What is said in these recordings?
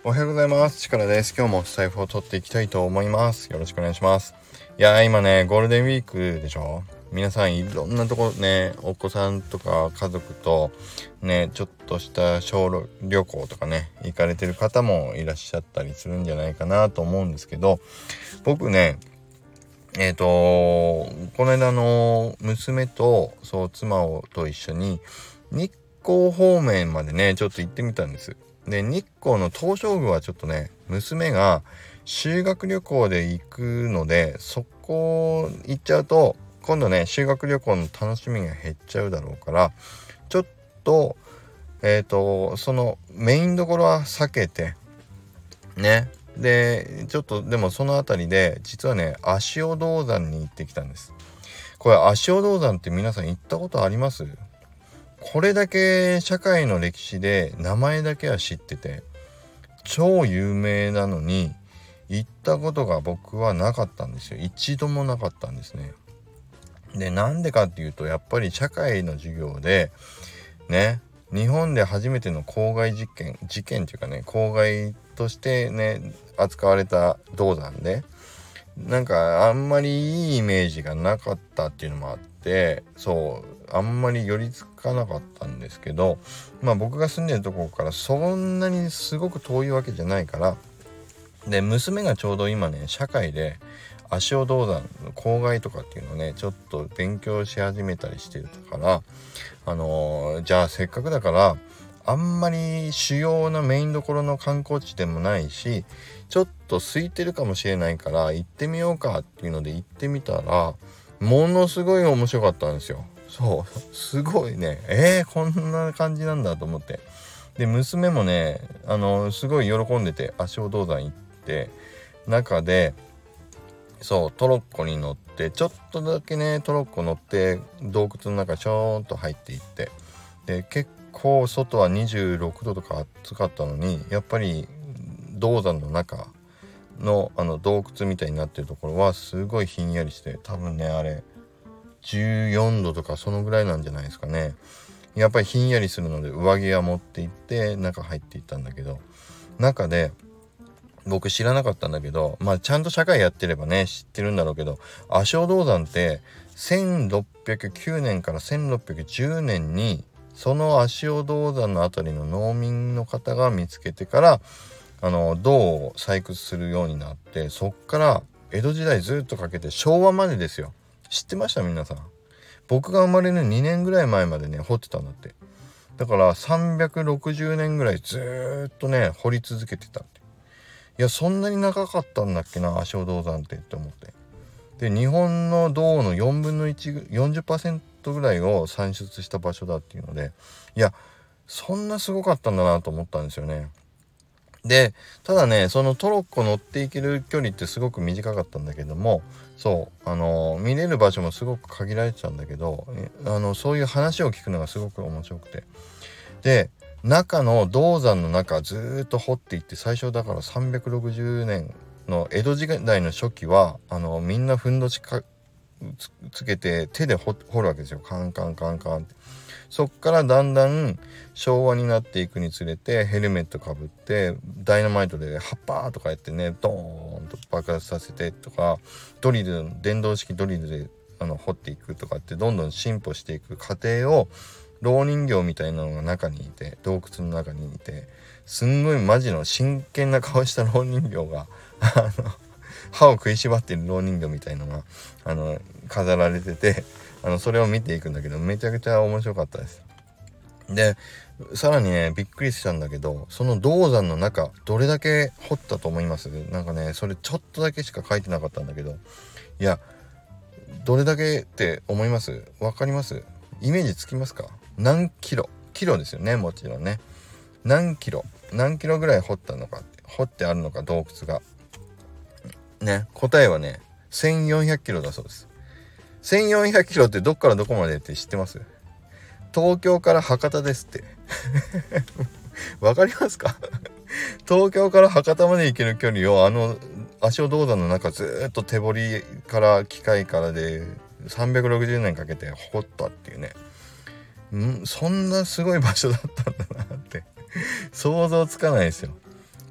おはようございます。チカラです。今日も財布を取っていきたいと思います。よろしくお願いします。いやー今ねゴールデンウィークでしょ。皆さんいろんなとこね、お子さんとか家族とねちょっとした小旅行とかね行かれてる方もいらっしゃったりするんじゃないかなと思うんですけど、僕ねこの間娘と妻と一緒に日光方面までねちょっと行ってみたんです。で、日光の東照宮はちょっとね娘が修学旅行で行くので、そこ行っちゃうと今度ね修学旅行の楽しみが減っちゃうだろうから、ちょっとそのメインどころは避けてね、でちょっとでもそのあたりで実はね足尾銅山に行ってきたんです。これ足尾銅山って皆さん行ったことあります？これだけ社会の歴史で名前だけは知ってて超有名なのに行ったことが僕はなかったんですよ。一度もなかったんですね。で、なんでかっていうとやっぱり社会の授業でね、日本で初めての公害事件っていうかね、公害としてね扱われた銅山で、なんかあんまりいいイメージがなかったっていうのもあって、あんまり寄りつかなかったんですけど、僕が住んでるところからそんなにすごく遠いわけじゃないから、で娘がちょうど今ね社会で足尾銅山の公害とかっていうのをねちょっと勉強し始めたりしてるから、じゃあせっかくだからあんまり主要なメインどころの観光地でもないし、ちょっと空いてるかもしれないから行ってみようかっていうので行ってみたら、ものすごい面白かったんですよ。すごいね、こんな感じなんだと思って、で娘もねすごい喜んでて足尾銅山行って、中でトロッコに乗ってちょっとだけねトロッコ乗って洞窟の中ちょーんと入っていって、で結構外は26度とか暑かったのに、やっぱり銅山の中の洞窟みたいになってるところはすごいひんやりして、多分ねあれ14度とかそのぐらいなんじゃないですかね。やっぱりひんやりするので上着は持って行って中入っていったんだけど、中で僕知らなかったんだけど、ちゃんと社会やってればね知ってるんだろうけど、足尾銅山って1609年から1610年にその足尾銅山のあたりの農民の方が見つけてから銅を採掘するようになって、そっから江戸時代ずっとかけて昭和までですよ。知ってました皆さん？僕が生まれる2年ぐらい前までね掘ってたんだって。だから360年ぐらいずっとね掘り続けてたって。いやそんなに長かったんだっけな足尾銅山って思って。で日本の銅の4分の1 40% ぐらいを産出した場所だっていうので、いやそんなすごかったんだなと思ったんですよね。でただねそのトロッコ乗っていける距離ってすごく短かったんだけども、見れる場所もすごく限られてたんだけど、そういう話を聞くのがすごく面白くて、で中の銅山の中ずーっと掘っていって、最初だから360年の江戸時代の初期はみんなふんどしつけて手で掘るわけですよ。カンカンカンカンって。そっからだんだん昭和になっていくにつれてヘルメットかぶってダイナマイトでハッパーとかやってねドーンと爆発させてとか、電動式ドリルで掘っていくとかってどんどん進歩していく過程を、蝋人形みたいなのが中にいて、洞窟の中にいて、すんごいマジの真剣な顔した蝋人形が歯を食いしばってる蝋人形みたいのが飾られてて、それを見ていくんだけどめちゃくちゃ面白かったです。でさらにねびっくりしたんだけど、その銅山の中どれだけ掘ったと思います？なんかねそれちょっとだけしか書いてなかったんだけど、いやどれだけって思います？わかります？イメージつきますか？何キロですよね、もちろんね。何キロぐらい掘ったのかって、掘ってあるのか洞窟がね、答えはね1400キロだそうです。1400キロってどっからどこまでって知ってます？東京から博多ですってわかりますか？東京から博多まで行ける距離を足尾銅山の中ずっと手掘りから機械からで360年かけて掘ったっていうね。そんなすごい場所だったんだなって想像つかないですよ。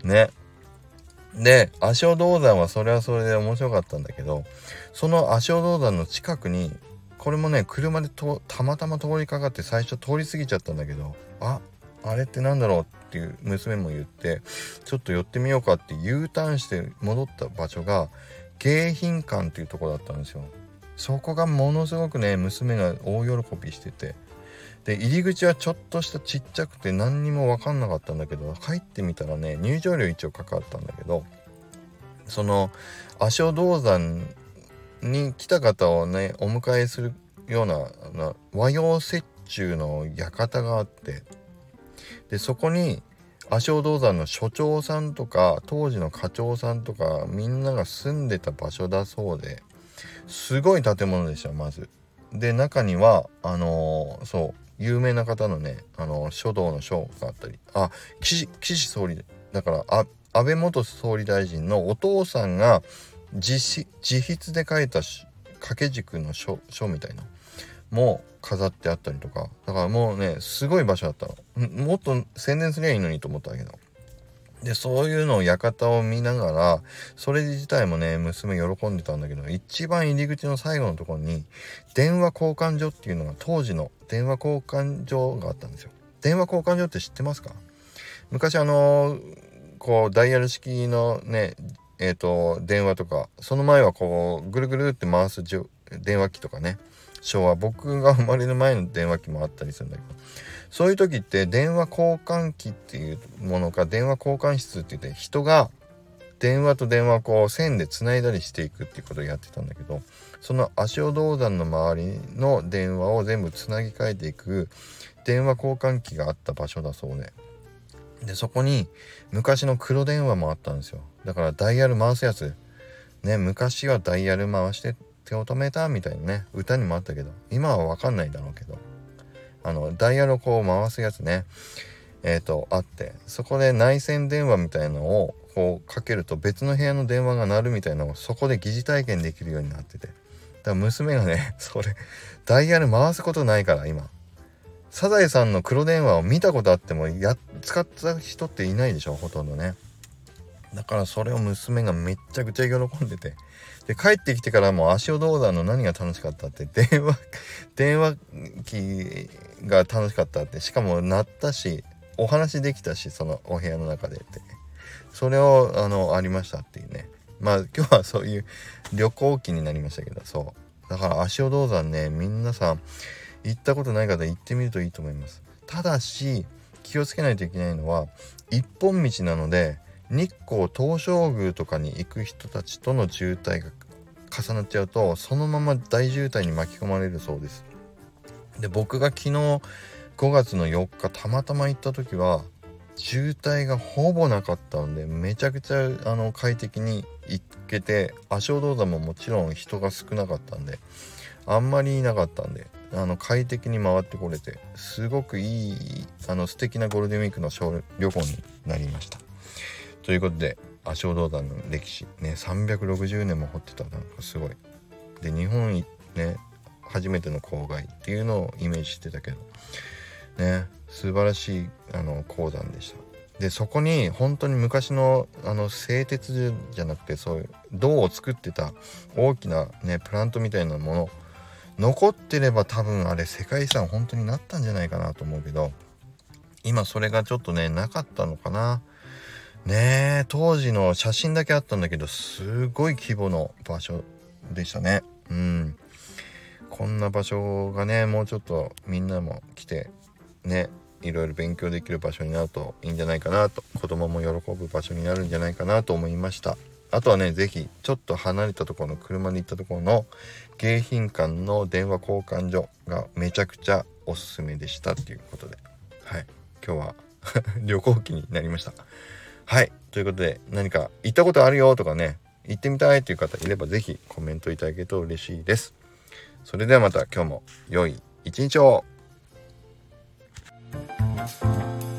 ね。で足尾銅山はそれはそれで面白かったんだけど、その足尾銅山の近くにこれもね車でたまたま通りかかって最初通り過ぎちゃったんだけど、あれってなんだろうっていう娘も言って、ちょっと寄ってみようかって U ターンして戻った場所が迎賓館っていうところだったんですよ。そこがものすごくね娘が大喜びしてて、で入り口はちょっとしたちっちゃくて何にも分かんなかったんだけど、入ってみたらね入場料一応かかったんだけど、その足尾銅山に来た方をねお迎えするような和洋折衷の館があって、でそこに足尾銅山の所長さんとか当時の課長さんとかみんなが住んでた場所だそうで、すごい建物でしたまず。で中にはそう有名な方のね書道の書があったり、岸総理だから安倍元総理大臣のお父さんが自筆で書いた掛け軸の書みたいなも飾ってあったりとか、だからもうねすごい場所だったの。もっと宣伝すりゃいいのにと思ったけど、でそういうのを館を見ながら、それ自体もね娘喜んでたんだけど、一番入り口の最後のところに電話交換所っていうのが、当時の電話交換所があったんですよ。電話交換所って知ってますか？昔こうダイヤル式のね電話とか、その前はこうぐるぐるって回す電話機とかね、昭和僕が生まれる前の電話機もあったりするんだけど、そういう時って電話交換機っていうものか電話交換室って言って、人が電話と電話をこう線でつないだりしていくっていうことをやってたんだけど、その足尾銅山の周りの電話を全部つなぎ替えていく電話交換機があった場所だそうで、そこに昔の黒電話もあったんですよ。だからダイヤル回すやつね、昔はダイヤル回して手を止めたみたいなね歌にもあったけど、今は分かんないだろうけど、ダイヤルをこう回すやつねあって、そこで内線電話みたいのをこうかけると別の部屋の電話が鳴るみたいなのをそこで疑似体験できるようになってて、だから娘がねそれダイヤル回すことないから、今サザエさんの黒電話を見たことあっても使った人っていないでしょほとんどね。だからそれを娘がめっちゃくちゃ喜んでて、で帰ってきてからも足尾銅山の何が楽しかったって電話機が楽しかったって、しかも鳴ったしお話できたし、そのお部屋の中でって、それをありましたっていうね。まあ今日はそういう旅行記になりましたけど、そうだから足尾銅山ね、皆さん行ったことない方行ってみるといいと思います。ただし気をつけないといけないのは一本道なので、日光東照宮とかに行く人たちとの渋滞が重なっちゃうとそのまま大渋滞に巻き込まれるそうです。で僕が昨日5月の4日たまたま行った時は渋滞がほぼなかったので、めちゃくちゃ快適に行けて、足尾銅山ももちろん人が少なかったんであんまりいなかったんで快適に回ってこれて、すごくいい素敵なゴールデンウィークの小旅行になりました。ということで足尾銅山の歴史ね、360年も掘ってた、なんかすごいで、日本ね初めての郊外っていうのをイメージしてたけどね、素晴らしい鉱山でした。でそこに本当に昔の製鉄所じゃなくて、そういう銅を作ってた大きなねプラントみたいなもの残ってれば、多分あれ世界遺産本当になったんじゃないかなと思うけど、今それがちょっとねなかったのかなね。当時の写真だけあったんだけど、すごい規模の場所でしたね。こんな場所がねもうちょっとみんなも来てね、いろいろ勉強できる場所になるといいんじゃないかなと、子供も喜ぶ場所になるんじゃないかなと思いました。あとはね、ぜひちょっと離れたところの車で行ったところの迎賓館の電話交換所がめちゃくちゃおすすめでしたっていうことで、今日は旅行記になりました。ということで、何か行ったことあるよとかね、行ってみたいという方いればぜひコメントいただけると嬉しいです。それではまた今日も良い一日を。